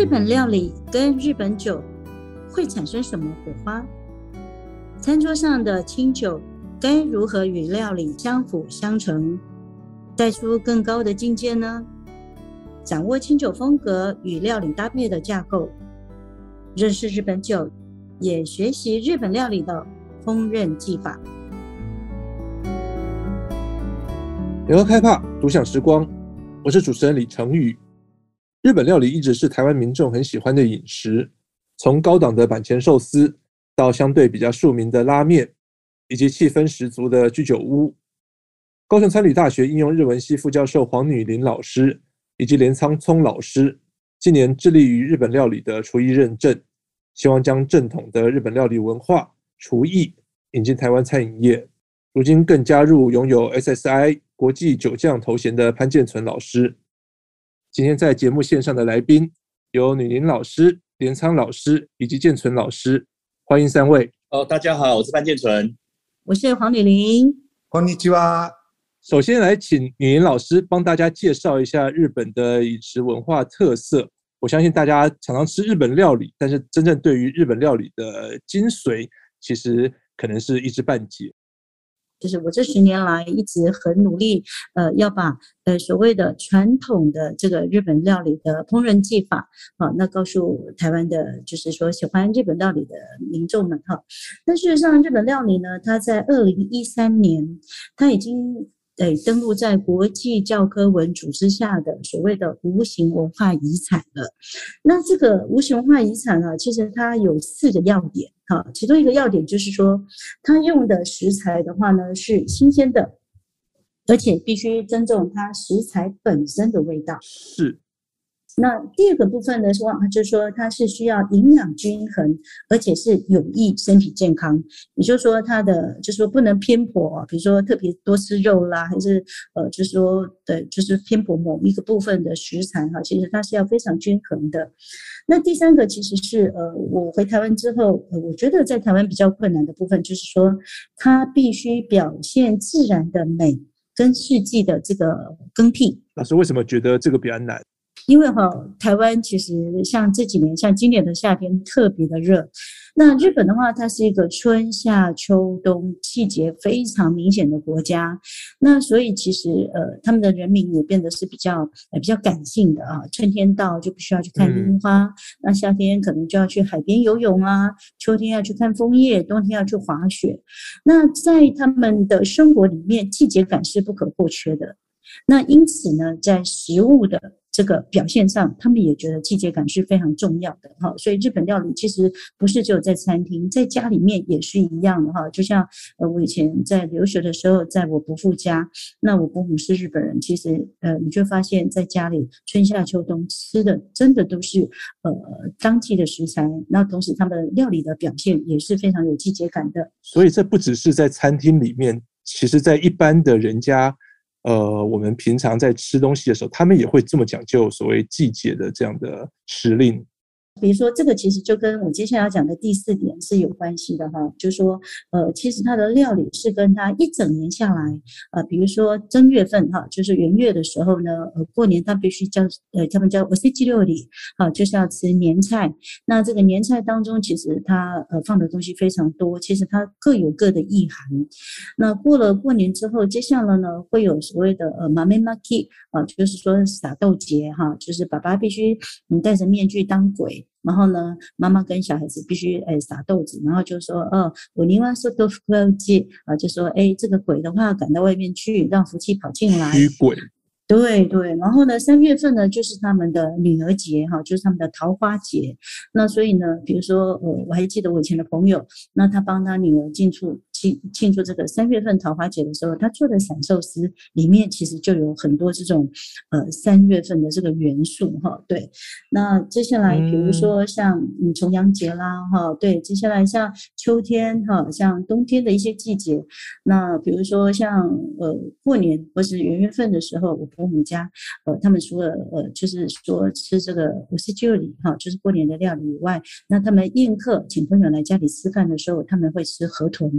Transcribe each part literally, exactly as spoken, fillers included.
本料理跟日本酒会产生什么火花？餐桌上的清酒该如何与料理相辅相成，带出更高的境界呢？掌握清酒风格与料理搭配的架构，认识日本酒，也学习日本料理的烹饪技法。 联合开帕，独享时光，我是主持人李成宇。日本料理一直是台湾民众很喜欢的饮食，从高档的板前寿司到相对比较庶民的拉面，以及气氛十足的居酒屋。高雄餐旅大学应用日文系副教授黄女玲老师以及连苍聪老师近年致力于日本料理的厨艺认证，希望将正统的日本料理文化厨艺引进台湾餐饮业。如今更加入拥有 S S I 国际酒匠头衔的潘建存老师。今天在节目线上的来宾有女玲老师、连苍老师以及建存老师，欢迎三位。 哦，大家好，我是潘建存， 我是黄女玲。 こんにちは。 首先来请女玲老师帮大家介绍一下日本的饮食文化特色。我相信大家常常吃日本料理，但是真正对于日本料理的精髓，其实可能是一知半解。 就是我这十年来一直很努力，呃，要把呃所谓的传统的这个日本料理的烹饪技法，啊，那告诉台湾的，就是说喜欢日本料理的民众们哈。但事实上，日本料理呢，它在二零一三年，它已经诶登录在国际教科文组织下的所谓的无形文化遗产了。那这个无形文化遗产啊，其实它有四个要点。好，其中一个要点就是说，它用的食材的话呢是新鲜的，而且必须尊重它食材本身的味道。 是。 那第二个部分的话，就是说它是需要营养均衡，而且是有益身体健康。也就是说，它的就是说不能偏颇，比如说特别多吃肉啦，还是呃，就是说对，就是偏颇某一个部分的食材哈，其实它是要非常均衡的。那第三个其实是呃，我回台湾之后，呃，我觉得在台湾比较困难的部分就是说，它必须表现自然的美跟四季的这个更替。 老师为什么觉得这个比较难？ 因为哈，台湾其实像这几年，像今年的夏天特别的热。那日本的话，它是一个春夏秋冬季节非常明显的国家。那所以其实呃，他们的人民也变得是比较呃比较感性的啊。春天到就必须要去看樱花，嗯、那夏天可能就要去海边游泳啊，秋天要去看枫叶，冬天要去滑雪。那在他们的生活里面，季节感是不可或缺的。那因此呢，在食物的这个表现上，他们也觉得季节感是非常重要的哈。所以日本料理其实不是只有在餐厅，在家里面也是一样的哈。就像呃我以前在留学的时候，在我伯父家，那我伯母是日本人，其实呃你就发现在家里春夏秋冬吃的真的都是呃当季的食材，那同时他们料理的表现也是非常有季节感的。 所以这不只是在餐厅里面，其实在一般的人家。呃，我们平常在吃东西的时候，他们也会这么讲究所谓季节的这样的时令。 比如说这个其实就跟我接下来要讲的第四点是有关系的哈，就是说呃其实它的料理是跟它一整年下来呃比如说正月份哈，就是元月的时候呢，呃过年它必须叫呃他们叫おせち料理啊，就是要吃年菜。那这个年菜当中其实它呃放的东西非常多，其实它各有各的意涵。那过了过年之后，接下来呢会有所谓的呃豆巻き啊，就是说撒豆节哈，就是爸爸必须你戴着面具当鬼。然后呢，妈妈跟小孩子必须诶撒豆子，然后就说哦，我宁愿说多福气啊，就说诶这个鬼的话赶到外面去，让福气跑进来。 驱鬼。 对对，然后呢，三月份呢就是他们的女儿节哈，就是他们的桃花节。那所以呢，比如说呃，我还记得我以前的朋友，那他帮他女儿庆祝庆庆祝这个三月份桃花节的时候，他做的散寿司里面其实就有很多这种呃三月份的这个元素哈。对，那接下来比如说像嗯重阳节啦哈，对，接下来像秋天哈，像冬天的一些季节，那比如说像呃过年或是元月份的时候，我伯母家呃他们除了呃就是说吃这个おせち料理哈，就是过年的料理以外，那他们宴客请朋友来家里吃饭的时候，他们会吃河豚。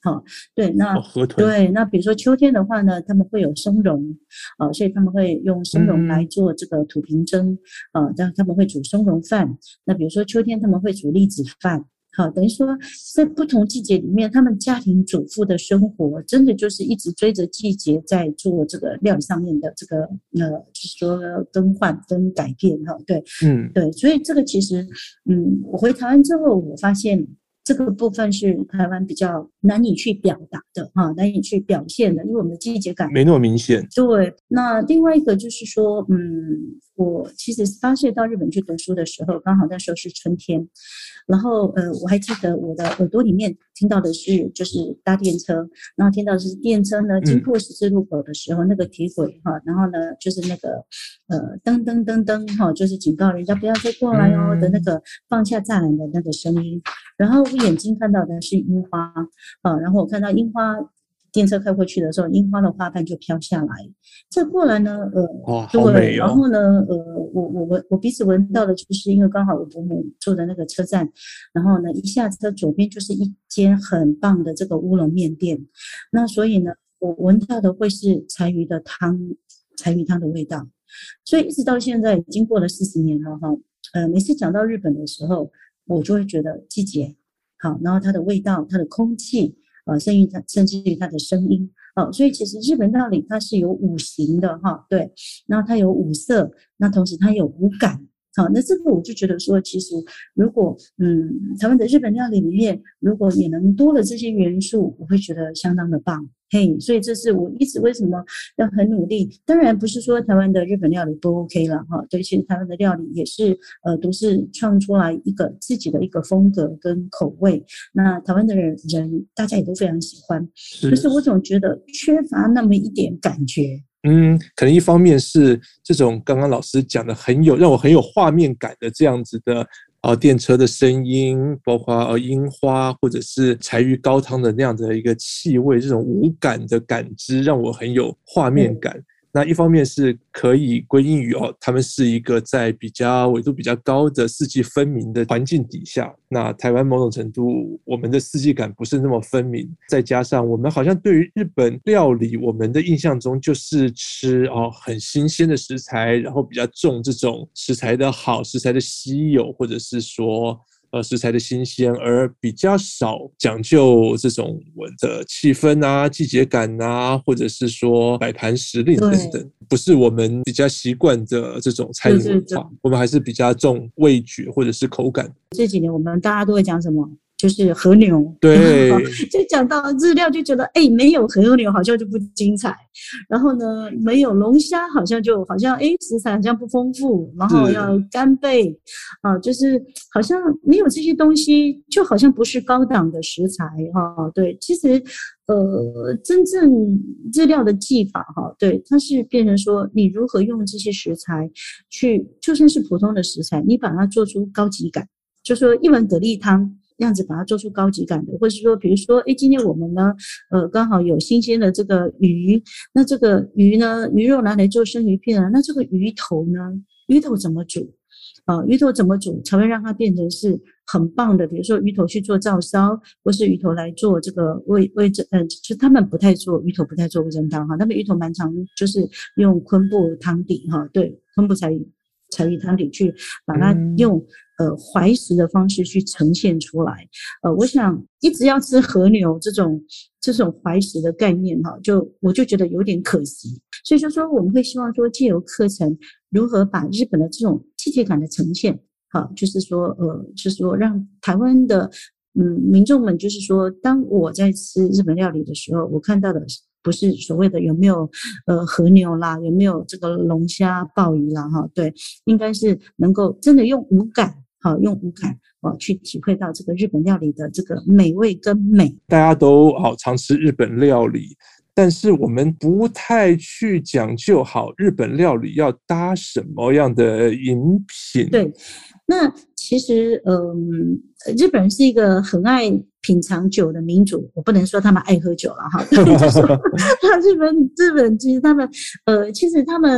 好，对，那、 哦、河豚， 对，那比如说秋天的话呢，他们会有松茸，呃，所以他们会用松茸来做这个土瓶蒸，呃，然后他们会煮松茸饭。那比如说秋天他们会煮栗子饭。好，等于说在不同季节里面，他们家庭主妇的生活真的就是一直追着季节在做这个料理上面的这个呃，就是说更换跟改变哈。对， 嗯， 对，所以这个其实，嗯，我回台湾之后，我发现这个部分是台湾比较难以去表达的哈，难以去表现的，因为我们的季节感没那么明显。 对，那另外一个就是说，嗯，我其实八岁到日本去读书的时候，刚好那时候是春天，然后呃，我还记得我的耳朵里面听到的是就是搭电车，然后听到的是电车呢经过十字路口的时候，嗯、那个铁轨哈，然后呢就是那个呃噔噔噔噔哈，就是警告人家不要再过来哦的那个放下栅栏的那个声音，然后我眼睛看到的是樱花啊，然后我看到樱花。电车开过去的时候，樱花的花瓣就飘下来。再过来呢，呃， 哇，好美哦。 然后呢，呃，我我我我鼻子闻到的，就是因为刚好我伯母住的那个车站，然后呢，一下车左边就是一间很棒的这个乌龙面店，那所以呢，我闻到的会是柴鱼的汤，柴鱼汤的味道。所以一直到现在已经过了四十年了哈，呃，每次讲到日本的时候，我就会觉得季节好，然后它的味道、它的空气。呃，甚至它甚至于它的声音，哦，所以其实日本料理它是有五行的哈，对，然后它有五色，那同时它有五感，好，那这个我就觉得说，其实如果嗯，台湾的日本料理里面，如果也能多了这些元素，我会觉得相当的棒，嘿，所以这是我一直为什么要很努力。当然不是说台湾的日本料理不 OK 了哈，对，其实台湾的料理也是呃都是创出来一个自己的一个风格跟口味。那台湾的人人大家也都非常喜欢，可是我总觉得缺乏那么一点感觉。 嗯，可能一方面是这种刚刚老师讲的很有让我很有画面感的这样子的呃电车的声音，包括呃樱花或者是柴鱼高汤的那样的一个气味，这种五感的感知让我很有画面感。嗯，那一方面是可以归因于哦，他们是一个在比较纬度比较高的四季分明的环境底下。那台湾某种程度，我们的四季感不是那么分明，再加上我们好像对于日本料理，我们的印象中就是吃哦很新鲜的食材，然后比较重这种食材的好、食材的稀有，或者是说。呃，食材的新鲜，而比较少讲究这种的气氛啊、季节感啊，或者是说摆盘时令等等，不是我们比较习惯的这种餐饮文化。对对对，我们还是比较重味觉或者是口感。 这几年我们大家都会讲什么？就是和牛， 对， 就讲到日料就觉得，哎，没有和牛好像就不精彩。然后呢，没有龙虾好像就好像，哎，食材好像不丰富。然后要干贝，啊，就是好像没有这些东西，就好像不是高档的食材哈。对，其实呃，真正日料的技法哈，对，它是变成说你如何用这些食材去，就算是普通的食材，你把它做出高级感，就说一碗蛤蜊汤。样子把它做出高级感的，或是说，比如说，哎，今天我们呢，呃，刚好有新鲜的这个鱼，那这个鱼呢，鱼肉拿来做生鱼片啊，那这个鱼头呢，鱼头怎么煮？啊、呃，鱼头怎么煮才会让它变成是很棒的？比如说鱼头去做照烧，或是鱼头来做这个味味噌，呃，就他们不太做鱼头，不太做味噌汤哈，他们鱼头蛮常就是用昆布汤底哈，对，昆布柴鱼。柴鱼汤底去把它用呃怀石的方式去呈现出来，呃，我想一直要吃和牛这种这种怀石的概念哈，就我就觉得有点可惜，所以就说我们会希望说借由课程如何把日本的这种季节感的呈现，好，就是说呃，就是说让台湾的嗯民众们，就是说当我在吃日本料理的时候，我看到的不是所谓的有没有呃和牛啦，有没有这个龙虾、鲍鱼啦哈，对，应该是能够真的用五感，好，用五感哦去体会到这个日本料理的这个美味跟美。 大家都好常吃日本料理，但是我们不太去讲究好日本料理要搭什么样的饮品。 对，那其实嗯，日本人是一个很爱品尝酒的民族，我不能说他们爱喝酒了哈，就说他日本日本其实他们呃，其实他们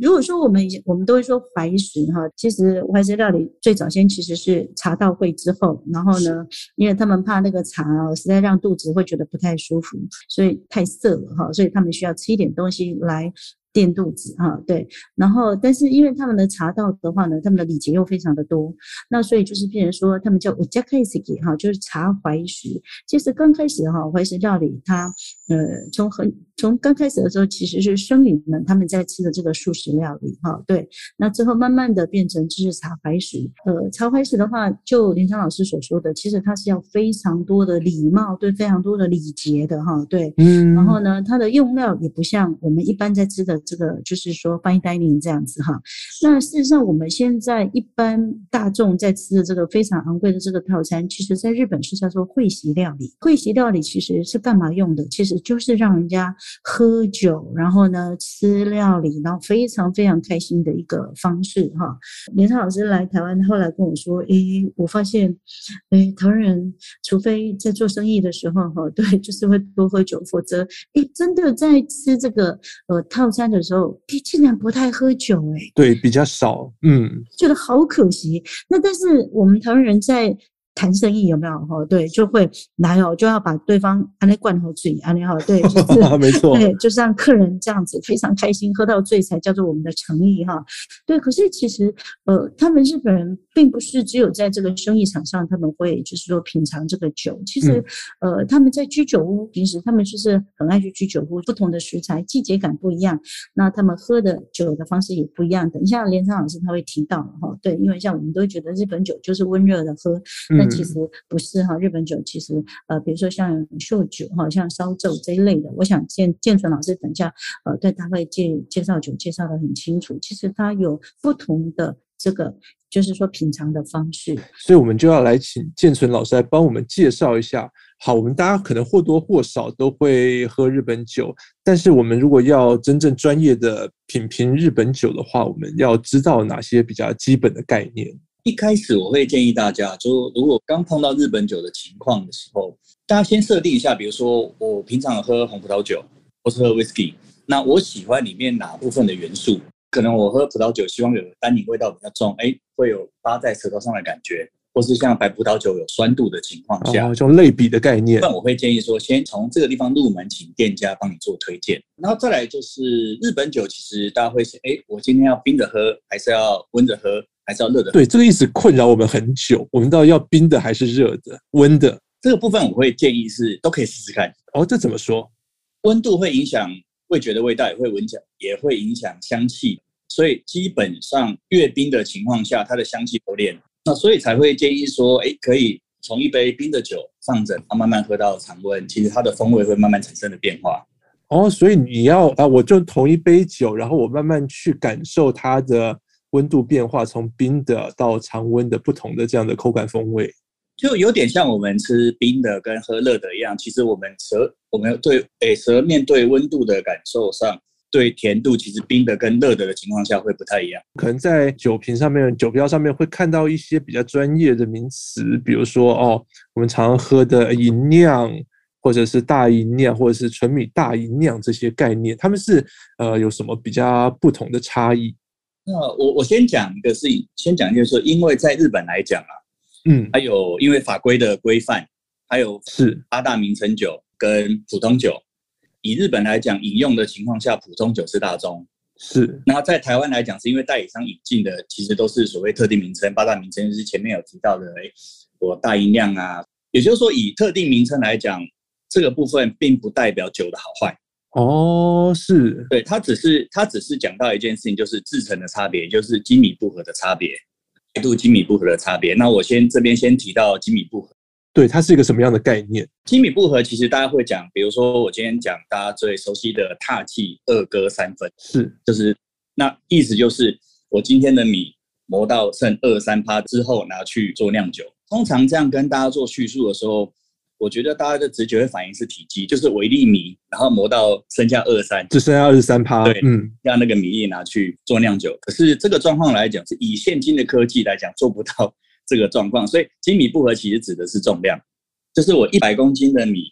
如果说我们我们都会说怀石哈，其实怀石料理最早先其实是茶道会之后，然后呢，因为他们怕那个茶啊实在让肚子会觉得不太舒服，所以太涩了哈，所以他们需要吃一点东西来垫肚子哈，对，然后但是因为他们的茶道的话呢，他们的礼节又非常的多，那所以就是变成说他们叫 ojakaseki 哈，就是茶怀石。其实刚开始哈，怀石料理它呃从很从刚开始的时候其实是僧侣们他们在吃的这个素食料理哈，对，那之后慢慢的变成就是茶怀石。呃，茶怀石的话，就林昌老师所说的，其实它是要非常多的礼貌，对，非常多的礼节的哈，对，嗯，然后呢，它的用料也不像我们一般在吃的这个，就是说 fine dining 这样子哈。那事实上，我们现在一般大众在吃的这个非常昂贵的这个套餐，其实在日本是叫做会席料理。会席料理其实是干嘛用的？其实就是让人家喝酒，然后呢吃料理，然后非常非常开心的一个方式哈。连昌老师来台湾后来跟我说，诶，我发现，诶，台湾人除非在做生意的时候哈，对，就是会多喝酒，否则，诶，真的在吃这个呃套餐的时候，诶，竟然不太喝酒，诶， 对，比较少，嗯， 觉得好可惜。那但是我们台湾人在谈生意有没有哈？对，就会来哦，就要把对方安利灌好醉，安利好，对，就是没错， 对，就是让客人这样子非常开心，喝到醉才叫做我们的诚意哈。对，可是其实呃，他们日本人并不是只有在这个生意场上他们会就是说品尝这个酒，其实、嗯、呃，他们在居酒屋平时他们就是很爱去居酒屋，不同的食材季节感不一样，那他们喝的酒的方式也不一样。等一下连昌老师他会提到哈，对，因为像我们都会觉得日本酒就是温热的喝。但其实不是哈，日本酒其实呃，比如说像秀酒哈，像烧酎这一类的，我想建建纯老师等一下呃，对他会介介绍酒介绍的很清楚。其实它有不同的这个就是说品尝的方式， 所以我们就要来请建纯老师来帮我们介绍一下。好，我们大家可能或多或少都会喝日本酒，但是我们如果要真正专业的品评日本酒的话，我们要知道哪些比较基本的概念。 一开始我会建议大家，就如果刚碰到日本酒的情况的时候，大家先设定一下，比如说我平常喝红葡萄酒或是喝 whisky， 那我喜欢里面哪部分的元素？可能我喝葡萄酒希望有单宁味道比较重，哎，会有扒在舌头上的感觉，或是像白葡萄酒有酸度的情况下， 哦，这种类比的概念。 那我会建议说，先从这个地方入门，请店家帮你做推荐。然后再来就是日本酒，其实大家会想，哎，我今天要冰着喝，还是要温着喝？还是要热的？ 对，这个一直困扰我们很久。我们到底要冰的还是热的、温的？ 这个部分我会建议是都可以试试看。 哦，这怎么说？ 温度会影响味觉的味道，也会影响，也会影响香气。所以基本上越冰的情况下，它的香气不练。那所以才会建议说，哎，可以从一杯冰的酒放着，慢慢喝到常温，其实它的风味会慢慢产生的变化。 哦，所以你要啊，我就同一杯酒，然后我慢慢去感受它的温度变化，从冰的到常温的不同的这样的口感风味， 就有点像我们吃冰的跟喝热的一样。其实我们舌，我们对诶舌面对温度的感受上，对甜度其实冰的跟热的的情况下会不太一样。 可能在酒瓶上面、酒标上面会看到一些比较专业的名词，比如说哦，我们常喝的吟酿，或者是大吟酿，或者是纯米大吟酿这些概念，他们是呃有什么比较不同的差异？ 那我我先讲一个事情，先讲就是说，因为在日本来讲啊，嗯，还有因为法规的规范，还有是八大名称酒跟普通酒。以日本来讲，饮用的情况下，普通酒是大宗。 是。 那在台湾来讲，是因为代理商引进的，其实都是所谓特定名称，八大名称就是前面有提到的，哎，我大吟酿啊，也就是说，以特定名称来讲，这个部分并不代表酒的好坏。 哦，是， 对，它只是它只是讲到一件事情，就是制成的差别，就是精米步合的差别，白度精米步合的差别。那我先这边先提到精米步合， 对，它是一个什么样的概念？ 精米步合其实大家会讲，比如说我今天讲大家最熟悉的踏气二割三分， 是， 就是那意思就是我今天的米磨到剩二三趴之后拿去做酿酒。通常这样跟大家做叙述的时候，我觉得大家的直觉会反应是体积，就是我一粒米，然后磨到剩下二三， 只剩下二十三趴， 对，嗯，让那个米粒拿去做酿酒。可是这个状况来讲，是以现今的科技来讲做不到这个状况，所以精米步合其实指的是重量，就是我一百公斤的米，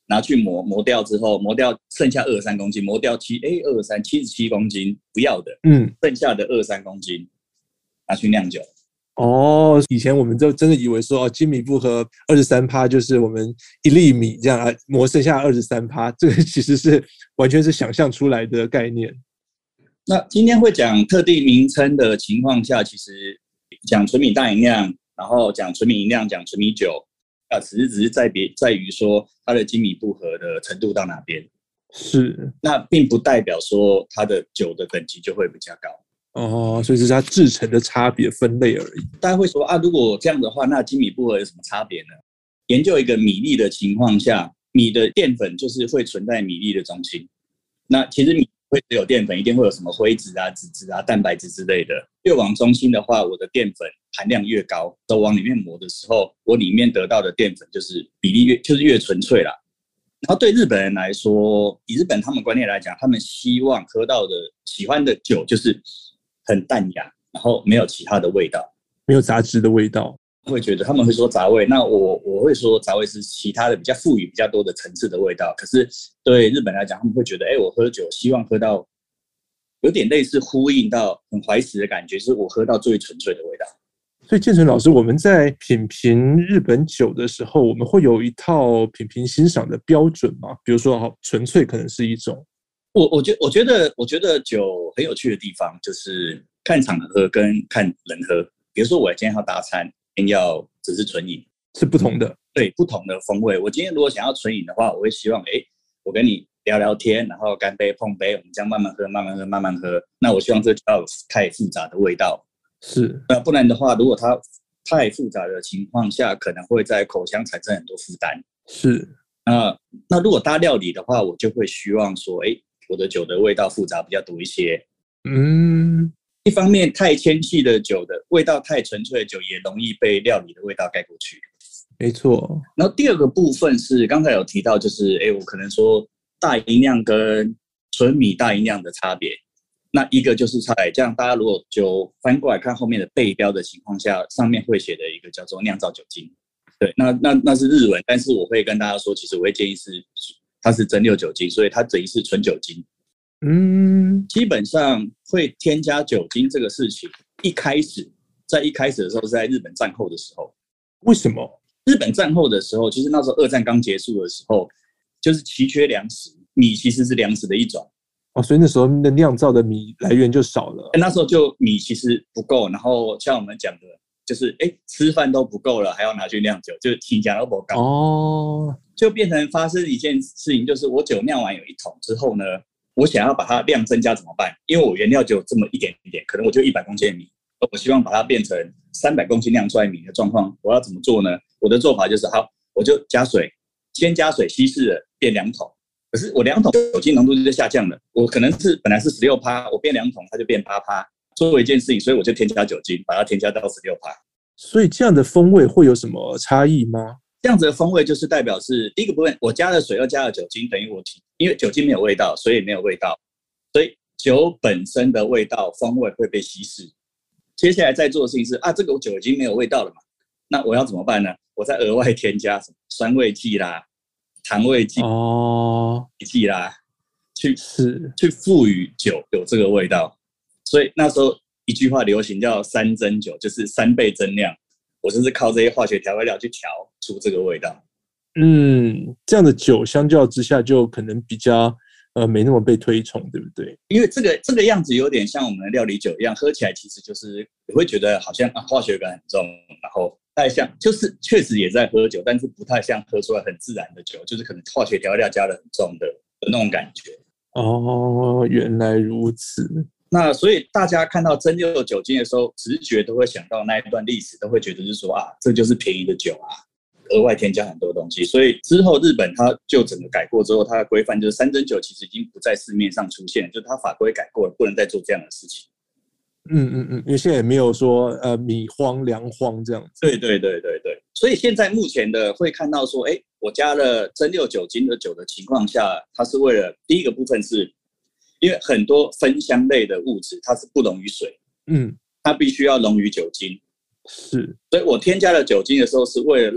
拿去磨，磨掉之后，磨掉剩下二十三公斤，磨掉七，哎，二十三七十七公斤不要的，嗯，剩下的二十三公斤拿去酿酒。 哦，以前我们就真的以为说，哦，精米步合二十三趴就是我们一粒米这样啊，磨剩下二十三趴，这个其实是完全是想象出来的概念。 那今天会讲特定名称的情况下，其实讲纯米大吟酿，然后讲纯米吟酿，讲纯米酒，啊，只是只是在别在于说它的精米步合的程度到哪边。 是， 那并不代表说它的酒的等级就会比较高。 哦，所以这是它制成的差别分类而已。 大家会说啊，如果这样的话，那精米步合有什么差别呢？研究一个米粒的情况下，米的淀粉就是会存在米粒的中心。那其实米会只有淀粉，一定会有什么灰质啊、脂质啊、蛋白质之类的。越往中心的话，我的淀粉含量越高，都往里面磨的时候，我里面得到的淀粉就是比例越就是越纯粹啦。然后对日本人来说，以日本他们观念来讲，他们希望喝到的喜欢的酒就是很淡雅，然后没有其他的味道， 没有杂质的味道。 会觉得他们会说杂味，那我我会说杂味是其他的比较赋予比较多的层次的味道。可是对日本来讲，他们会觉得，哎，我喝酒希望喝到有点类似呼应到很怀石的感觉，是我喝到最纯粹的味道。 所以建成老师，我们在品评日本酒的时候，我们会有一套品评欣赏的标准吗？比如说，纯粹可能是一种。 我我觉我觉得我觉得酒很有趣的地方就是看场合喝跟看人喝。比如说我今天要搭餐，要只是纯饮是不同的， 对，不同的风味。我今天如果想要纯饮的话，我会希望，哎，我跟你聊聊天，然后干杯碰杯，我们这样慢慢喝，慢慢喝，慢慢喝。那我希望这不要有太复杂的味道， 是。 那不然的话，如果它太复杂的情况下，可能会在口腔产生很多负担。 是。 那那如果搭料理的话，我就会希望说，哎，我的酒的味道复杂比较多一些。 嗯。 一方面，太纤细的酒的味道太纯粹的酒也容易被料理的味道盖过去。 没错。 然后第二个部分是刚才有提到，就是哎，我可能说大吟酿跟纯米大吟酿的差别。那一个就是在这样，大家如果就翻过来看后面的背标的情况下，上面会写的一个叫做酿造酒精。对，那那那是日文，但是我会跟大家说，其实我会建议是它是蒸馏酒精，所以它等于是纯酒精。嗯，基本上会添加酒精这个事情，一开始在一开始的时候是在日本战后的时候。 为什么？ 日本战后的时候，其实那时候二战刚结束的时候，就是奇缺粮食，米其实是粮食的一种。 哦，所以那时候的酿造的米来源就少了。 那时候就米其实不够，然后像我们讲的，就是哎吃饭都不够了，还要拿去酿酒，就是体价都不高。哦，就变成发生一件事情，就是我酒酿完有一桶之后呢。我想要把它量增加怎么办？因为我原料只有这么一点点，可能我就一百公斤的米，我希望把它变成三百公斤酿出来米的状况，我要怎么做呢？我的做法就是好，我就加水，先加水稀释了变两桶，可是我两桶酒精浓度就下降了，我可能是本来是十六趴，我变两桶它就变八趴，做一件事情，所以我就添加酒精，把它添加到十六趴。 所以这样的风味会有什么差异吗？ 这样子的风味就是代表是第一个部分，我加了水又加了酒精，等于我因为酒精没有味道，所以没有味道，所以酒本身的味道风味会被稀释。接下来再做的事情是啊，这个酒已经没有味道了嘛，那我要怎么办呢？我再额外添加什么酸味剂啦、糖味剂哦剂啦，去是去赋予酒有这个味道。所以那时候一句话流行叫三蒸酒，就是三倍蒸酿。我就是靠这些化学调味料去调出这个味道。 嗯，这样的酒相较之下就可能比较呃没那么被推崇，对不对？ 因为这个这个样子有点像我们的料理酒一样，喝起来其实就是你会觉得好像啊化学感很重，然后不太像，就是确实也在喝酒，但是不太像喝出来很自然的酒，就是可能化学调味料加了很重的的那种感觉。 哦，原来如此。 那所以大家看到蒸馏酒精的时候，直觉都会想到那一段历史，都会觉得是说啊，这就是便宜的酒啊，额外添加很多东西。所以之后日本它就整个改过之后，它的规范就是三蒸酒其实已经不在市面上出现，就是它法规改过了，不能再做这样的事情。 嗯嗯嗯，因为现在也没有说呃米荒粮荒这样子。 对对对对对，所以现在目前的会看到说，哎，我加了蒸馏酒精的酒的情况下，它是为了第一个部分是。因为很多芬香类的物质它是不溶于水，嗯，它必须要溶于酒精， 是， 所以我添加了酒精的时候是为了让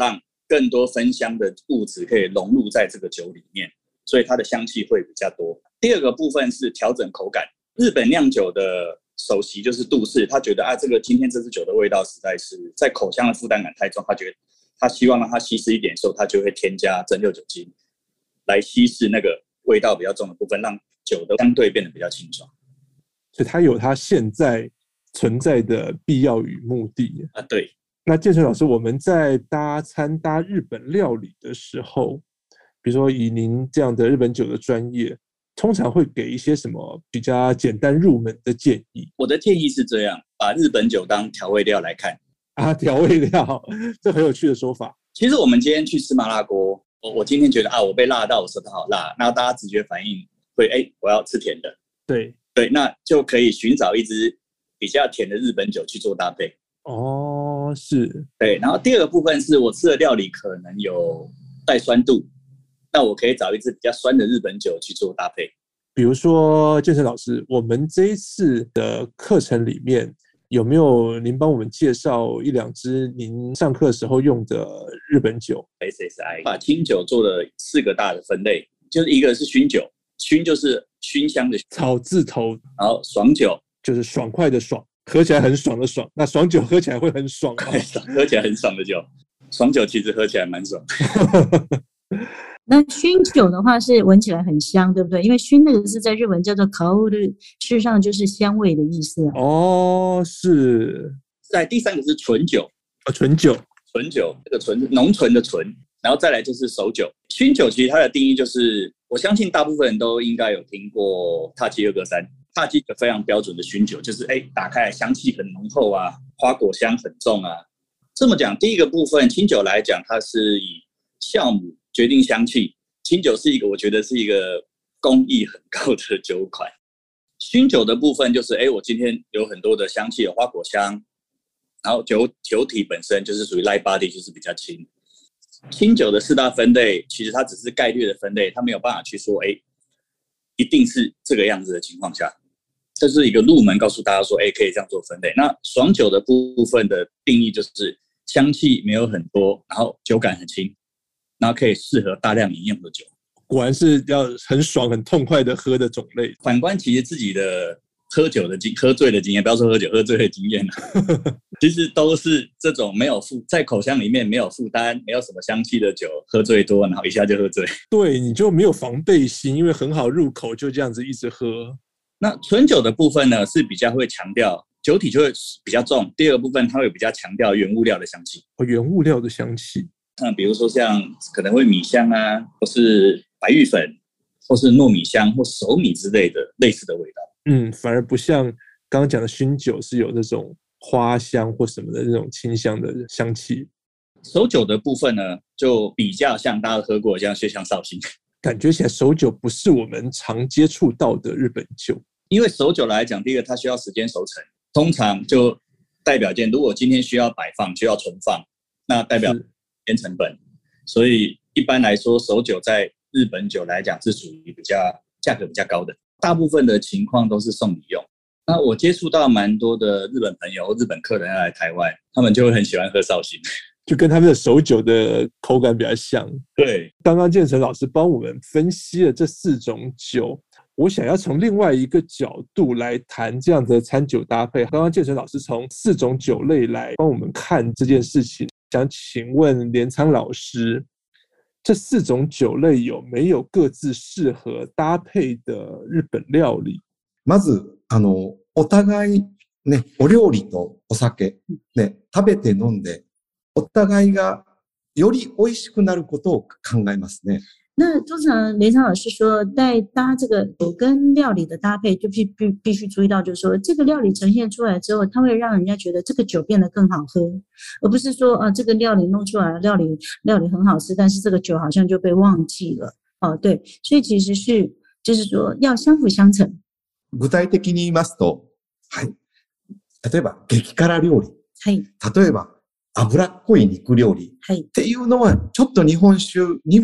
更多芬香的物质可以融入在这个酒里面，所以它的香气会比较多。第二个部分是调整口感，日本酿酒的首席就是杜氏，他觉得啊，这个今天这支酒的味道实在是在口腔的负担感太重，他觉得他希望让它稀释一点的时候，他就会添加蒸馏酒精来稀释那个味道比较重的部分，让酒的相对变得比较清爽。 所以它有它现在存在的必要与目的啊。对。 那建成老师，我们在搭餐搭日本料理的时候，比如说以您这样的日本酒的专业，通常会给一些什么比较简单入门的建议？ 我的建议是这样，把日本酒当调味料来看啊，调味料，这很有趣的说法。 其实我们今天去吃麻辣锅，我我今天觉得啊，我被辣到，我舌头好辣，那大家直觉反应会，哎，我要吃甜的。 对对，那就可以寻找一支比较甜的日本酒去做搭配。 哦，是。 对，然后第二个部分是我吃的料理可能有带酸度，那我可以找一支比较酸的日本酒去做搭配。 比如说建成老师，我们这一次的课程里面有没有您帮我们介绍一两支您上课时候用的日本酒？ S S I 把清酒做了四个大的分类，就是一个是熏酒，熏就是熏香的草字头， 然后爽酒就是爽快的爽，喝起来很爽的爽。那爽酒喝起来会很爽吗？ 喝起来很爽的酒，爽酒其实喝起来蛮爽。 那熏酒的话是闻起来很香，对不对？因为熏那个是在日文叫做香る，事实上就是香味的意思。 哦，是。 在第三个是纯酒， 哦，纯酒， 纯酒，这个纯浓醇的纯，然后再来就是熟酒。熏酒其实它的定义就是，我相信大部分人都应该有听过塔基二哥三，塔基非常标准的熏酒，就是哎打开来香气很浓厚啊，花果香很重啊。这么讲，第一个部分清酒来讲，它是以酵母决定香气，清酒是一个我觉得是一个工艺很高的酒款。熏酒的部分就是，哎，我今天有很多的香气，有花果香，然后酒酒体本身就是属于 light body， 就是比较轻。清酒的四大分类，其实它只是概略的分类，它没有办法去说，哎，一定是这个样子的情况下，这是一个入门，告诉大家说，哎，可以这样做分类。那爽酒的部分的定义就是香气没有很多，然后酒感很轻，然后可以适合大量饮用的酒。 果然是要很爽、很痛快的喝的种类。 反观其实自己的喝酒的经、喝醉的经验，不要说喝酒，喝醉的经验其实都是这种没有负在口腔里面没有负担、没有什么香气的酒，喝最多，然后一下就喝醉。 对，你就没有防备心，因为很好入口，就这样子一直喝。 那纯酒的部分呢，是比较会强调酒体就会比较重。第二个部分，它会比较强调原物料的香气。 哦，原物料的香气。 那比如说像可能会米香啊，或是白玉粉，或是糯米香或熟米之类的类似的味道。 嗯，反而不像刚刚讲的熏酒是有那种花香或什么的那种清香的香气。 熟酒的部分呢，就比较像大家喝过像雪香绍兴， 感觉起来熟酒不是我们常接触到的日本酒。 因为熟酒来讲，第一个它需要时间熟成，通常就代表件，如果今天需要摆放，需要存放，那代表时间成本。所以一般来说，熟酒在日本酒来讲是属于比较价格比较高的，大部分的情况都是送礼用。那我接触到蛮多的日本朋友、日本客人要来台湾，他们就会很喜欢喝绍兴， 就跟他们的熟酒的口感比较像。 对， 刚刚建成老师帮我们分析了这四种酒，我想要从另外一个角度来谈这样的餐酒搭配。刚刚建成老师从四种酒类来帮我们看这件事情，想请问镰仓老师，这四种酒类有没有各自适合搭配的日本料理？ まずあのお互いね、お料理とお酒ね、食べて飲んでお互いがより美味しくなることを考えますね。 那通常连昌老师说，在搭这个酒跟料理的搭配，就必必必须注意到，就是说这个料理呈现出来之后，它会让人家觉得这个酒变得更好喝，而不是说啊这个料理弄出来，料理料理很好吃，但是这个酒好像就被忘记了。哦，对，所以其实是就是说要相辅相成。 具体的に言いますと、はい、例えば激辛料理、 はい、 例えば脂っこい肉料理、 はい、 っていうのはちょっと日本酒には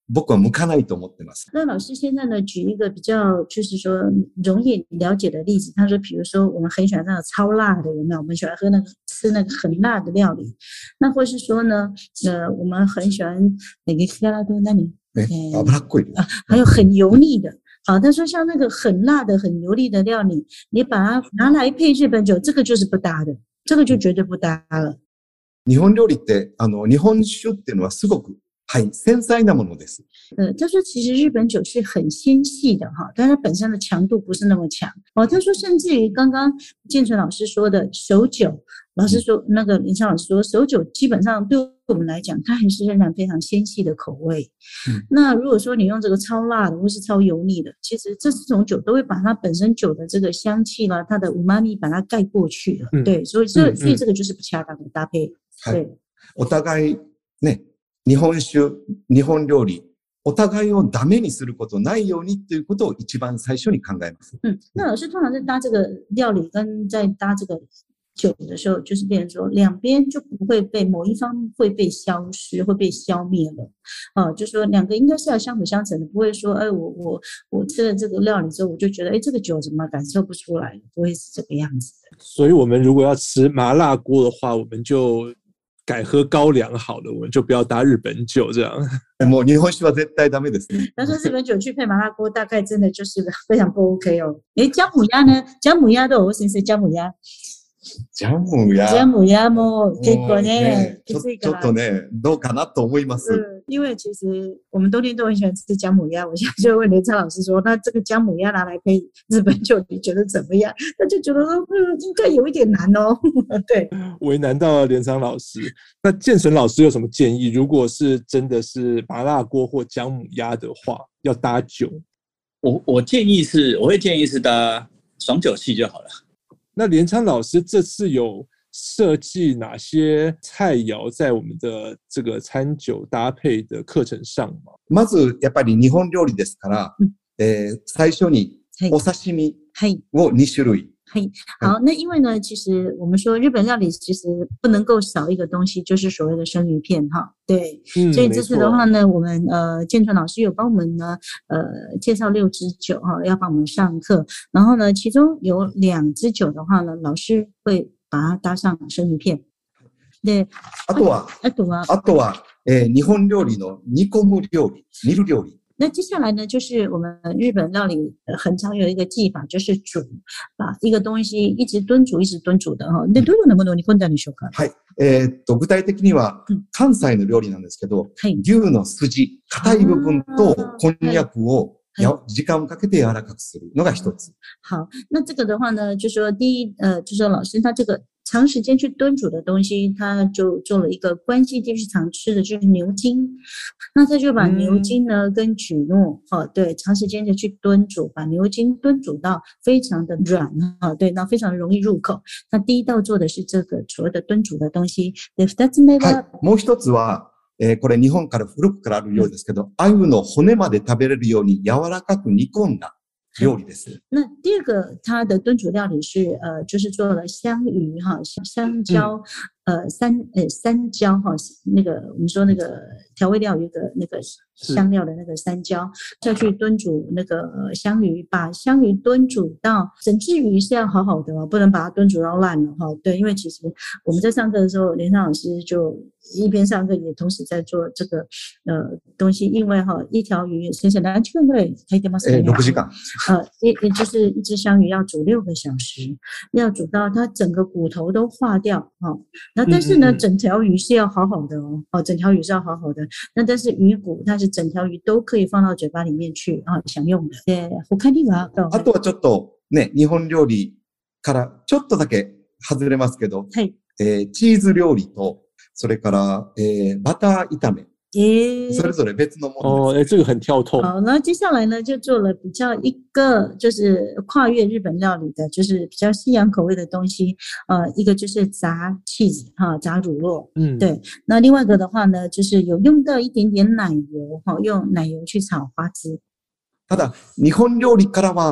僕は向かないと思ってます。 那老师现在呢，举一个比较就是说容易了解的例子，他说，比如说我们很喜欢那种超辣的，有没有？我们喜欢喝那个吃那个很辣的料理，那或是说呢，呃，我们很喜欢那个希拉多那里， え、脂っこい。 啊，还有很油腻的。好，他说像那个很辣的、很油腻的料理，你把它拿来配日本酒，这个就是不搭的，这个就绝对不搭了。 日本料理って、あの、日本酒っていうのはすごく、はい、繊細なものです。 呃，他说其实日本酒是很纤细的哈，但它本身的强度不是那么强哦。他说甚至于刚刚建纯老师说的熟酒，老师说那个林昌老师说熟酒基本上对我们来讲，它还是仍然非常纤细的口味。嗯，那如果说你用这个超辣的或是超油腻的，其实这四种酒都会把它本身酒的这个香气啦，它的五妈咪把它盖过去了。嗯、对，所以这、嗯、所以这个就是不恰当的搭配。对， お互いね。日本酒、日本料理、お互いをダメにすることないようにということを一番最初に考えます。 嗯，那老师通常在搭这个料理跟在搭这个酒的时候，就是变成说两边就不会被某一方会被消失，会被消灭了。啊，就说两个应该是要相辅相成的，不会说，哎，我我我吃了这个料理之后，我就觉得，哎，这个酒怎么感受不出来，不会是这个样子的。 所以我们如果要吃麻辣锅的话，我们就改喝高粱好了，我们就不要搭日本酒这样。 もう日本酒は絶対ダメですね。 他说日本酒去配麻辣锅，大概真的就是非常不 OK 哦。诶，姜母鸭呢？姜母鸭都有先生姜母鸭。 ジャムや。 ジャムやも結構ね、 きついから。ちょっとね、どうかなと思います。 嗯，因为其实我们冬天都很喜欢吃姜母鸭，我现在就问连昌老师说，那这个姜母鸭拿来配日本酒，你觉得怎么样？他就觉得说，嗯，应该有一点难哦。对， 为难到了连昌老师。那建纯老师有什么建议？如果是真的是麻辣锅或姜母鸭的话，要搭酒？ 我我建议是，我会建议是搭爽酒系就好了。 那连昌老师这次有设计哪些菜肴在我们的这个餐酒搭配的課程上吗？ まずやっぱり日本料理ですから、うんえー、最初にお刺身をに種類。 嘿，好，那因为呢，其实我们说日本料理其实不能够少一个东西，就是所谓的生鱼片哈。对，嗯、所以这次的话呢，我们呃建纯老师有帮我们呢呃介绍六支酒哈，要帮我们上课。然后呢，其中有两支酒的话呢，老师会把它搭上生鱼片。で、 あとはあとはあとは、えー、日本料理の煮込む料理、煮る料理。 那接下来呢，就是我们日本料理很常有一个技法，就是煮，把一个东西一直炖煮，一直炖煮的哈。で、どういうようなものを煮込んだんでしょうか？ はい、えー、っと具体的には関西の料理なんですけど、はい、牛の筋、硬い部分とこんにゃくをや時間をかけて柔らかくするのが一つ。 好，那这个的话呢，就说第一，呃，就说老师他这个长时间去炖煮的东西，他就做了一个关西地区常吃的就是牛筋，那他就把牛筋呢、嗯、跟蒟蒻，哦，对，长时间的去炖煮，把牛筋炖煮到非常的软，哦，对，那非常容易入口。那第一道做的是这个所谓的炖煮的东西。で、二つ目は、 はい、もう一つは。えー、これ日本から古くからあるようですけど、鮎の骨まで食べれるように柔らかく煮込んだ料理です。 那第二个，它的炖煮料理是呃，就是做了香鱼哈、香蕉、嗯、呃三呃三椒哈，那个我们说那个调味料有一个那个香料的那个三椒，再去炖煮那个香鱼，把香鱼炖煮到整只鱼是要好好的哦，不能把它炖煮到烂了哈。对，因为其实我们在上课的时候，连昌老师就一边上课也同时在做这个呃东西，因为哈一条鱼先生来就会可以点吗？ 哎，六个时间。 呃，也也就是一只香鱼要煮六个小时，要煮到它整个骨头都化掉哈。那但是呢，嗯嗯整条鱼是要好好的哦，哦，整条鱼是要好好的。那但是鱼骨它是整条鱼都可以放到嘴巴里面去啊享用的。で、他にはあとはちょっとね、日本料理からちょっとだけ外れますけど、はい、えー、チーズ料理とそれから、えー、バター炒め。 诶， それぞれ別のもの哦，哎，这个很跳痛。 好，那接下来呢，就做了比较一个就是跨越日本料理的，就是比较西洋口味的东西。呃，一个就是炸 cheese 哈，炸乳酪，嗯，对。那另外一个的话呢，就是有用到一点点奶油哈，用奶油去炒花枝。 ただ日本料理からは、うん、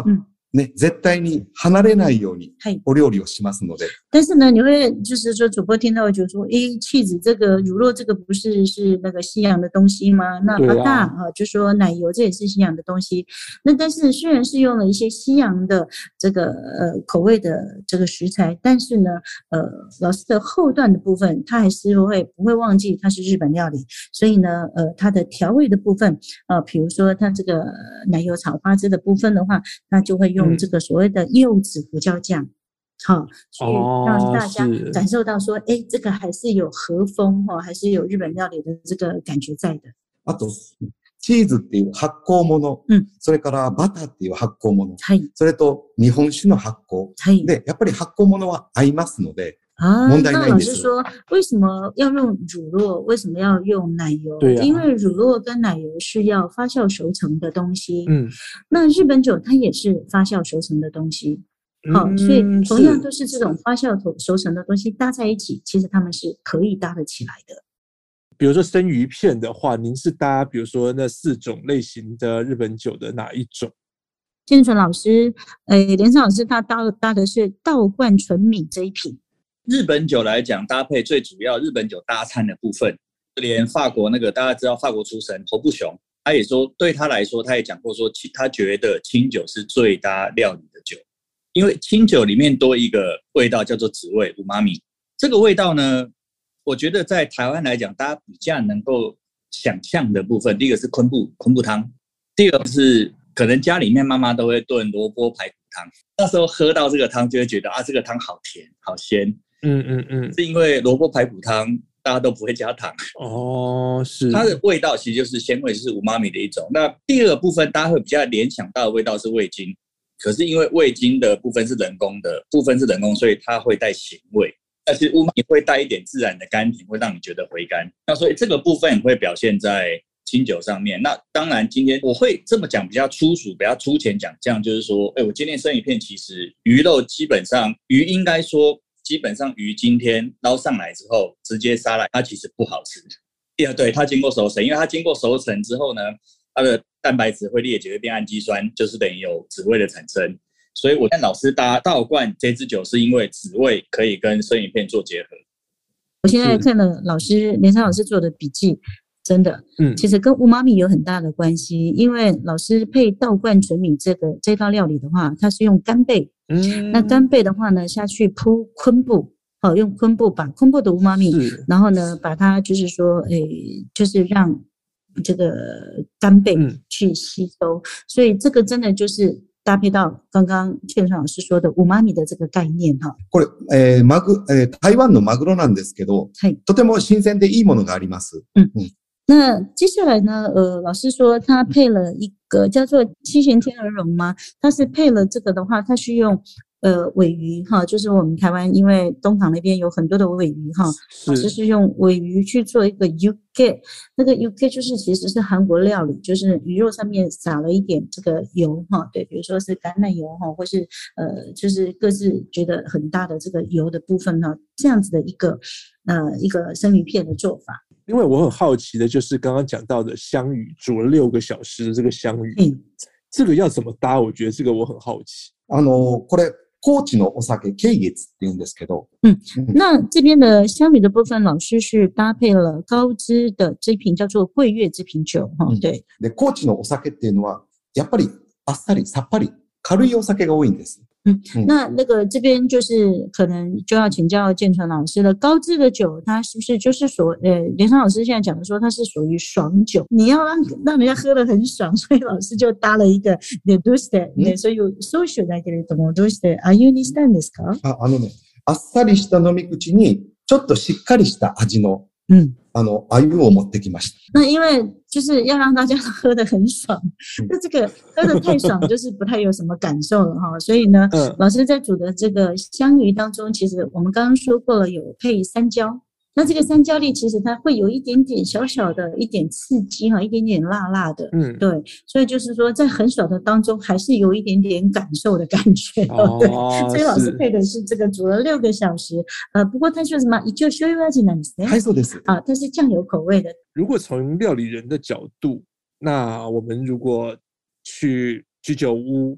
ね、絶対に離れないようにはい。 お料理をしますので。 但是呢，你会就是说，主播听到就说，诶，气子这个乳酪这个不是是那个西洋的东西吗？那对啊巴大啊，就说奶油这也是西洋的东西。那但是虽然是用了一些西洋的这个呃口味的这个食材，但是呢，呃，老师的后段的部分，他还是会不会忘记它是日本料理，所以呢，呃，它的调味的部分，呃，比如说它这个奶油炒花枝的部分的话，那就会用嗯这个所谓的柚子胡椒酱。好，去让哦， 大家是， 感受到说，哎，这个还是有和风哦，还是有日本料理的这个感觉在的。 あと、チーズっていう発酵物、 うんそれからバターっていう発酵物、 はい、 それと日本酒の発酵。 はい。 で、やっぱり発酵物は合いますので、 啊， 問題那ないんです。 老师说，为什么要用乳酪？为什么要用奶油？ 对啊因为乳酪跟奶油是要发酵熟成的东西。 嗯那日本酒它也是发酵熟成的东西。好，所以嗯， 同样是都是这种发酵熟熟成的东西搭在一起，其实它们是可以搭得起来的。 比如说生鱼片的话，您是搭比如说那四种类型的日本酒的哪一种？ 建纯老师，诶，连胜老师他搭搭的是稻冠纯米这一瓶。 日本酒来讲，搭配最主要日本酒搭餐的部分，连法国那个大家知道法国厨神侯布雄，他也说对他来说，他也讲过说，他觉得清酒是最搭料理的酒，因为清酒里面多一个味道叫做滋味五妈咪。这个味道呢，我觉得在台湾来讲，大家比较能够想象的部分，第一个是昆布昆布汤，第二个是可能家里面妈妈都会炖萝卜排骨汤，那时候喝到这个汤就会觉得啊，这个汤好甜好鲜。 嗯嗯嗯， 是因为萝卜排骨汤大家都不会加糖， 哦，是， 它的味道其实就是鲜味，就是五妈咪的一种。那第二个部分大家会比较联想到的味道是味精，可是因为味精的部分是人工的，部分是人工，所以它会带咸味。但是乌妈咪会带一点自然的甘甜，会让你觉得回甘。那所以这个部分也会表现在清酒上面。那当然，今天我会这么讲比较粗俗，比较粗浅讲，这样就是说，哎，我今天生鱼片其实鱼肉基本上鱼应该说。基本上鱼今天捞上来之后直接杀来，它其实不好吃。第二，对，它经过熟成，因为它经过熟成之后呢，它的蛋白质会裂解，会变氨基酸，就是等于有滋味的产生。所以我跟老师搭稻冠这支酒，是因为滋味可以跟生鱼片做结合。 我现在看了老师连胜老师做的笔记，真的， 嗯， 其实跟乌妈咪有很大的关系，因为老师配稻冠纯米这个这道料理的话，它是用干贝。 嗯， 那干贝的话呢，下去铺昆布，好，用昆布把昆布的乌妈咪，然后呢，把它就是说，诶，就是让这个干贝去吸收，嗯、所以这个真的就是搭配到刚刚劝川老师说的乌妈咪的这个概念哈。 これ、えー、マグ、えー、台湾のマグロなんですけど、はい、とても新鮮でいいものがあります。 嗯嗯。那接下来呢？呃，老师说他配了一个叫做七贤天鹅绒吗？他是配了这个的话，他是用呃尾鱼哈，就是我们台湾因为东港那边有很多的尾鱼哈，老师是用尾鱼去做一个 yuke， 那个 yuke 就是其实是韩国料理，就是鱼肉上面撒了一点这个油哈，对，比如说是橄榄油哈，或是呃就是各自觉得很大的这个油的部分哈，这样子的一个呃一个生鱼片的做法。 因为我很好奇的就是刚刚讲到的香鱼，煮了六个小时的这个香鱼，嗯，这个要怎么搭？我觉得这个我很好奇。 あのこれ高知のお酒ケイゲツって言うんですけど、 嗯，那这边的香鱼的部分，老师是搭配了高知的这瓶叫做桂月之品酒哈、嗯，对。 で高知のお酒っていうのはやっぱりあっさりさっぱり軽いお酒が多いんです。 嗯，那那个这边就是可能就要请教建纯老师了。高知的酒，它是不是就是所呃，连昌老师现在讲的说它是属于爽酒，你要让让人家喝得很爽，所以老师就搭了一个でどうして、ね、そういうソーシュだけれどもどうしてああいうにしたんですか？ あ、あのね、あっさりした飲み口にちょっとしっかりした味の。 嗯， あの、鮎を持ってきました。 那因为就是要让大家喝得很爽，那这个喝得太爽就是不太有什么感受了哈。所以呢，嗯、老师在煮的这个香鱼当中，其实我们刚刚说过了，有配山椒。那这个山椒粒其实它会有一点点小小的一点刺激哈，一点点辣辣的，嗯，对，所以就是说在很爽的当中还是有一点点感受的感觉，哦、对，所以老师配的是这个煮了六个小时，呃，不过他说什么一就醤油味なんですね， はいそうです， 啊，它是酱油口味的。 如果从料理人的角度，那我们如果去居酒屋，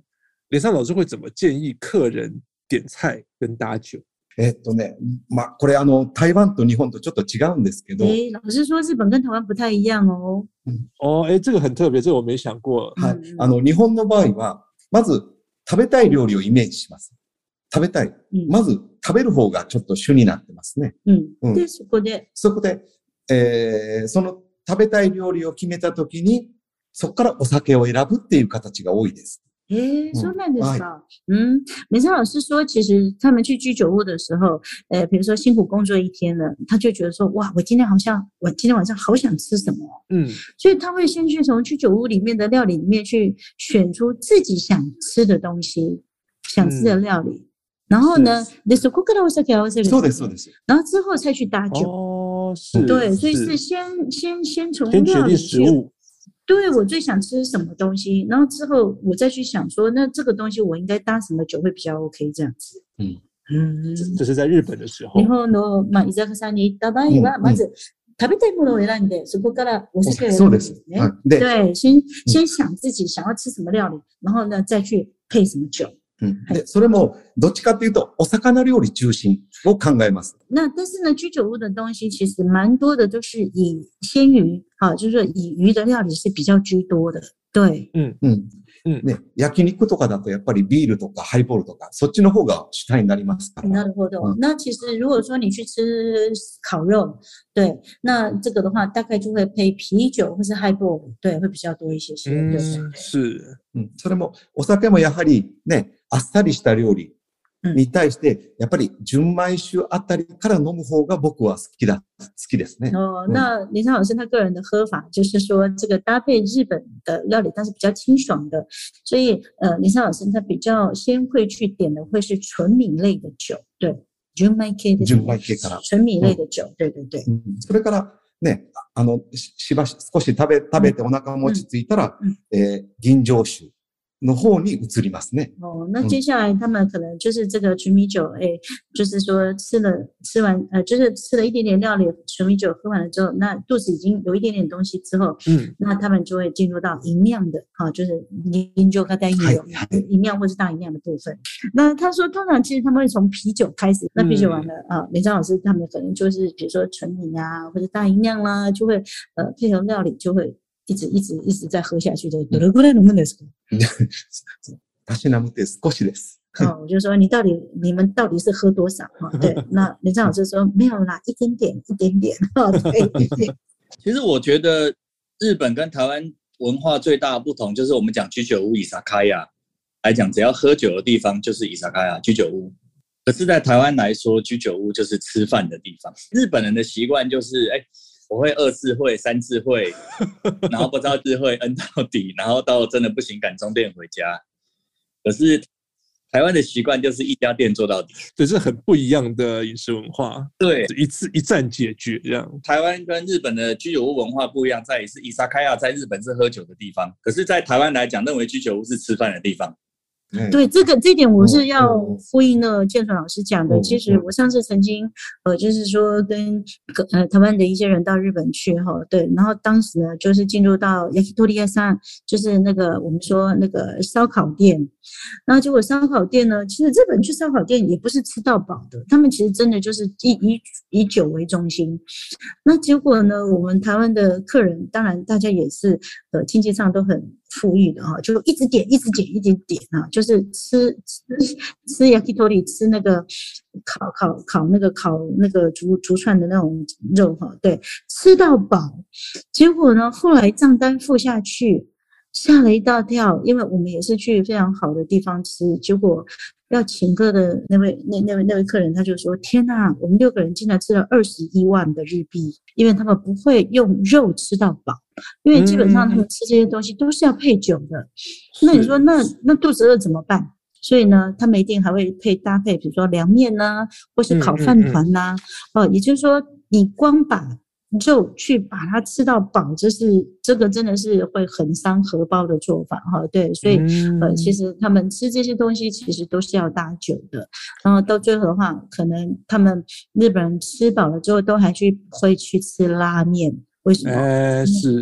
连上老师会怎么建议客人点菜跟搭酒？ えっとね、まあ、これあの、台湾と日本とちょっと違うんですけど、 诶，老师说日本跟台湾不太一样哦。 哦，哎，这个很特别，这个我没想过。 はい。 うんあの、日本の場合は、まず食べたい料理をイメージします。食べたい。 うんまず食べる方がちょっと主になってますね。 うんうんで、そこで、 そこで、えー、その食べたい料理を決めたときに、そこからお酒を選ぶっていう形が多いです。 诶， 嗯说那的是吧？嗯，美珍老师说，其实他们去居酒屋的时候，呃，比如说辛苦工作一天了，他就觉得说，哇，我今天好像，我今天晚上好想吃什么， 嗯， 所以他会先去从居酒屋里面的料理里面去选出自己想吃的东西，想吃的料理，然后呢，でそこからお酒合わせる。 そうです、そうです。 然后之后再去搭酒。 哦，是， 对，所以是是先先先从先决定料理去， 食物。 对我最想吃什么东西，然后之后我再去想说，那这个东西我应该搭什么酒会比较 OK 这样子。 嗯嗯。 这是在日本的时候。 日本のまあ居酒屋さんに行った場合は、まず食べたいものを選んで、そこからお酒を選ぶんですね。 はいで、 对，先先想自己想要吃什么料理，然后呢再去配什么酒。 うんで、それも、どっちかっていうと、お魚料理中心を考えます。 那但是呢，居酒屋的东西其实蛮多的，都是以鲜鱼啊，就是说以鱼的料理是比较居多的。对， 嗯うん。 うん。 ね、焼肉とかだとやっぱりビールとかハイボールとか、そっちの方が主体になりますから。 那的活动。 嗯那其实如果说你去吃烤肉，对，那这个的话大概就会配啤酒或是 highball，对，会比较多一些些。对对对。 嗯，是。 うん。それも、お酒もやはりね、あっさりした料理に対して、やっぱり純米酒あたりから飲む方が僕は好きだ、好きですね。 哦，那林昌老师他个人的喝法就是说，这个搭配日本的料理，但是比较清爽的，所以呃，林昌老师他比较先会去点的会是纯米类的酒，对，純米系的純米系から。 纯米类的酒，对对对。 うんそれからね、あの、ししばし、少し食べ、食べてお腹も落ち着いたら、 うんえー、吟醸酒の方に移りますね。 哦，那接下来他们可能就是这个纯米酒，哎，就是说吃了吃完，呃，就是吃了一点点料理，纯米酒喝完了之后，那肚子已经有一点点东西之后， 嗯， 那他们就会进入到银酿的，哈、就是饮酒跟带饮酒はいはい银酿或是大银酿的部分。那他说，通常其实他们会从啤酒开始，那啤酒完了、啊，连章老师他们可能就是比如说纯米啊，或者大银酿啦，就会呃配合料理就会一直一直一直在喝下去的。どれぐらい飲むんですか？ たしなむって少しです。 哦，我就说你到底你们到底是喝多少哈？对，那连章老师说没有啦，一点点一点点哈，对对对。 其实我觉得日本跟台湾文化最大的不同就是我们讲居酒屋伊萨卡亚来讲，只要喝酒的地方就是伊萨卡亚居酒屋。可是，在台湾来说，居酒屋就是吃饭的地方。日本人的习惯就是，哎、欸，我会二次会、三次会，然后不知道智慧 N 到底，然后到真的不行赶充电回家。可是台湾的习惯就是一家店做到底， 这是很不一样的饮食文化。 对， 一次一站解决这样。 台湾跟日本的居酒屋文化不一样，在于是伊萨卡亚在日本是喝酒的地方，可是在台湾来讲，认为居酒屋是吃饭的地方。 对，这个这点我是要呼应了建纯老师讲的。其实我上次曾经呃，就是说跟呃台湾的一些人到日本去哈，对，然后当时呢就是进入到 yakitori 屋さん，就是那个我们说那个烧烤店，然后结果烧烤店呢，其实日本去烧烤店也不是吃到饱的，他们其实真的就是以以以酒为中心。那结果呢，我们台湾的客人，当然大家也是呃经济上都很富裕的哈，就一直点一直点一直点啊，就是吃吃吃 yakitori 吃那个烤烤烤那个烤那个竹竹串的那种肉哈，对，吃到饱。结果呢，后来账单付下去，吓了一大跳，因为我们也是去非常好的地方吃，结果要请客的那位那那位那位客人他就说：“天哪，我们六个人竟然吃了二十一万的日币，因为他们不会用肉吃到饱。”因为基本上他们吃这些东西都是要配酒的，嗯、那你说那那肚子饿怎么办？所以呢，他们一定还会配搭配，比如说凉面呐、啊，或是烤饭团呐、啊，哦、嗯嗯呃，也就是说，你光把肉去把它吃到饱，这是这个真的是会很伤荷包的做法哈。对，所以呃，其实他们吃这些东西其实都是要搭酒的，然后到最后的话，可能他们日本人吃饱了之后，都还去会去吃拉面。为什么？ 哎，是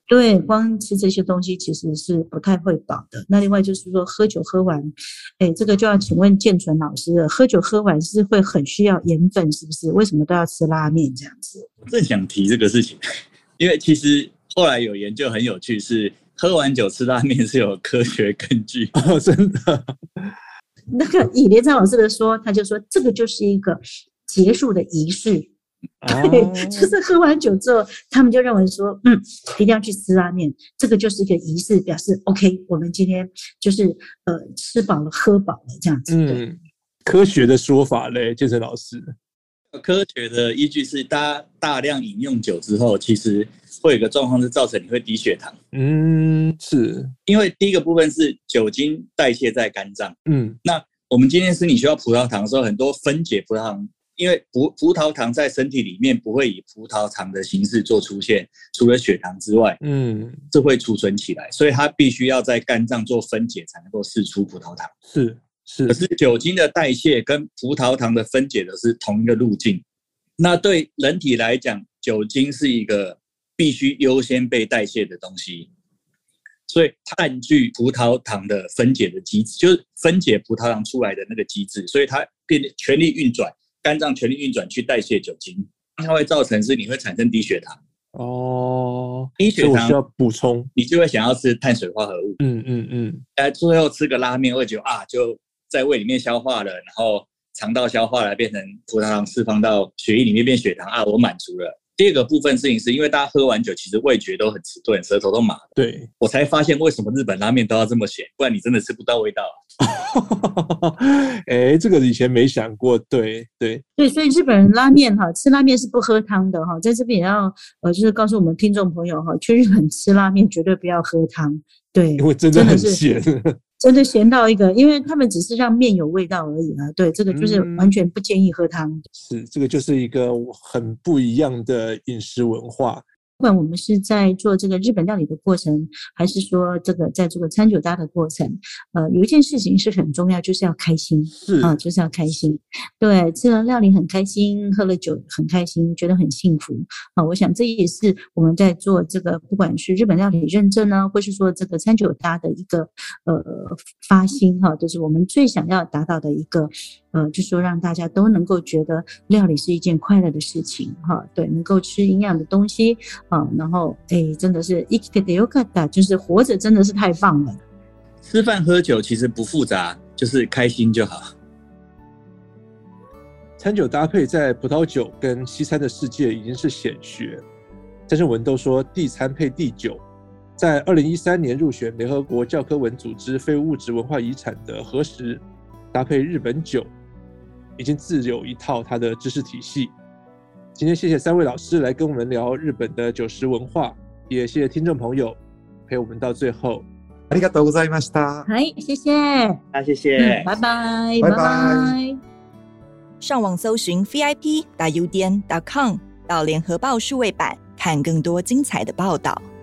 对，光吃这些东西其实是不太会饱的。那另外就是说，喝酒喝完，哎，这个就要请问建纯老师了，喝酒喝完是会很需要盐分，是不是？为什么都要吃拉面这样子？ 我正想提这个事情，因为其实后来有研究很有趣，是喝完酒吃拉面是有科学根据。 哦，真的。 那个以连长老师的说，他就说这个就是一个结束的仪式。对， 哦， 就是喝完酒之后，他们就认为说，嗯，一定要去吃拉面，这个就是一个仪式，表示 OK， 我们今天就是呃吃饱了喝饱了这样子。 嗯，科学的说法嘞，建成老师。 科学的依据是，大大量饮用酒之后，其实会有一个状况是造成你会低血糖。 嗯，是因为第一个部分是酒精代谢在肝脏。 嗯， 那我们今天是你需要葡萄糖的时候，很多分解葡萄糖。因为葡葡萄糖在身体里面不会以葡萄糖的形式做出现，除了血糖之外，嗯，这会储存起来，所以它必须要在肝脏做分解才能够释出葡萄糖。 是是， 可是酒精的代谢跟葡萄糖的分解的是同一个路径。那对人体来讲，酒精是一个必须优先被代谢的东西，所以它占据葡萄糖的分解的机制，就是分解葡萄糖出来的那个机制，所以它变得全力运转。肝脏全力运转去代谢酒精，它会造成是你会产生低血糖。 哦， 低血糖所以我需要补充， 你就会想要吃碳水化合物。 嗯嗯嗯， 哎，最后吃个拉面，会觉得啊，就在胃里面消化了，然后肠道消化了，变成葡萄糖释放到血液里面变血糖啊，我满足了。第二个部分事情是因为大家喝完酒，其实味觉都很迟钝，舌头都麻。 对， 我才发现为什么日本拉面都要这么咸，不然你真的吃不到味道啊。哎，这个以前没想过，对对对，所以日本人拉面哈，吃拉面是不喝汤的哈，在这边也要呃，就是告诉我们听众朋友哈，去日本吃拉面绝对不要喝汤，对， 因为真的很咸。 真的咸到一个，因为他们只是让面有味道而已啊。对，这个就是完全不建议喝汤。 嗯、是，这个就是一个很不一样的饮食文化。 不管我们是在做这个日本料理的过程，还是说这个在做餐酒搭的过程，呃，有一件事情是很重要，就是要开心， 是啊，就是要开心。对，吃了料理很开心，喝了酒很开心，觉得很幸福。啊，我想这也是我们在做这个，不管是日本料理认证呢，或是说这个餐酒搭的一个呃发心哈，就是我们最想要达到的一个。呃，就是说让大家都能够觉得料理是一件快乐的事情哈，对，能够吃营养的东西啊，然后哎，真的是生きててよかった，就是活着真的是太棒了。 吃饭喝酒其实不复杂，就是开心就好。 餐酒搭配在葡萄酒跟西餐的世界已经是显学，詹胜文都说地餐配地酒。在二零一三年入选联合国教科文组织非物质文化遗产的和食，搭配日本酒。已经自有一套它的知识体系。今天谢谢三位老师来跟我们聊日本的酒食文化，也谢谢听众朋友陪我们到最后。 ありがとうございました。 はい、谢谢。 那谢谢。 嗯，拜拜， 拜拜。 拜拜。 上网搜寻 V I P 点 U D N 点 com 到联合报数位版看更多精彩的报道。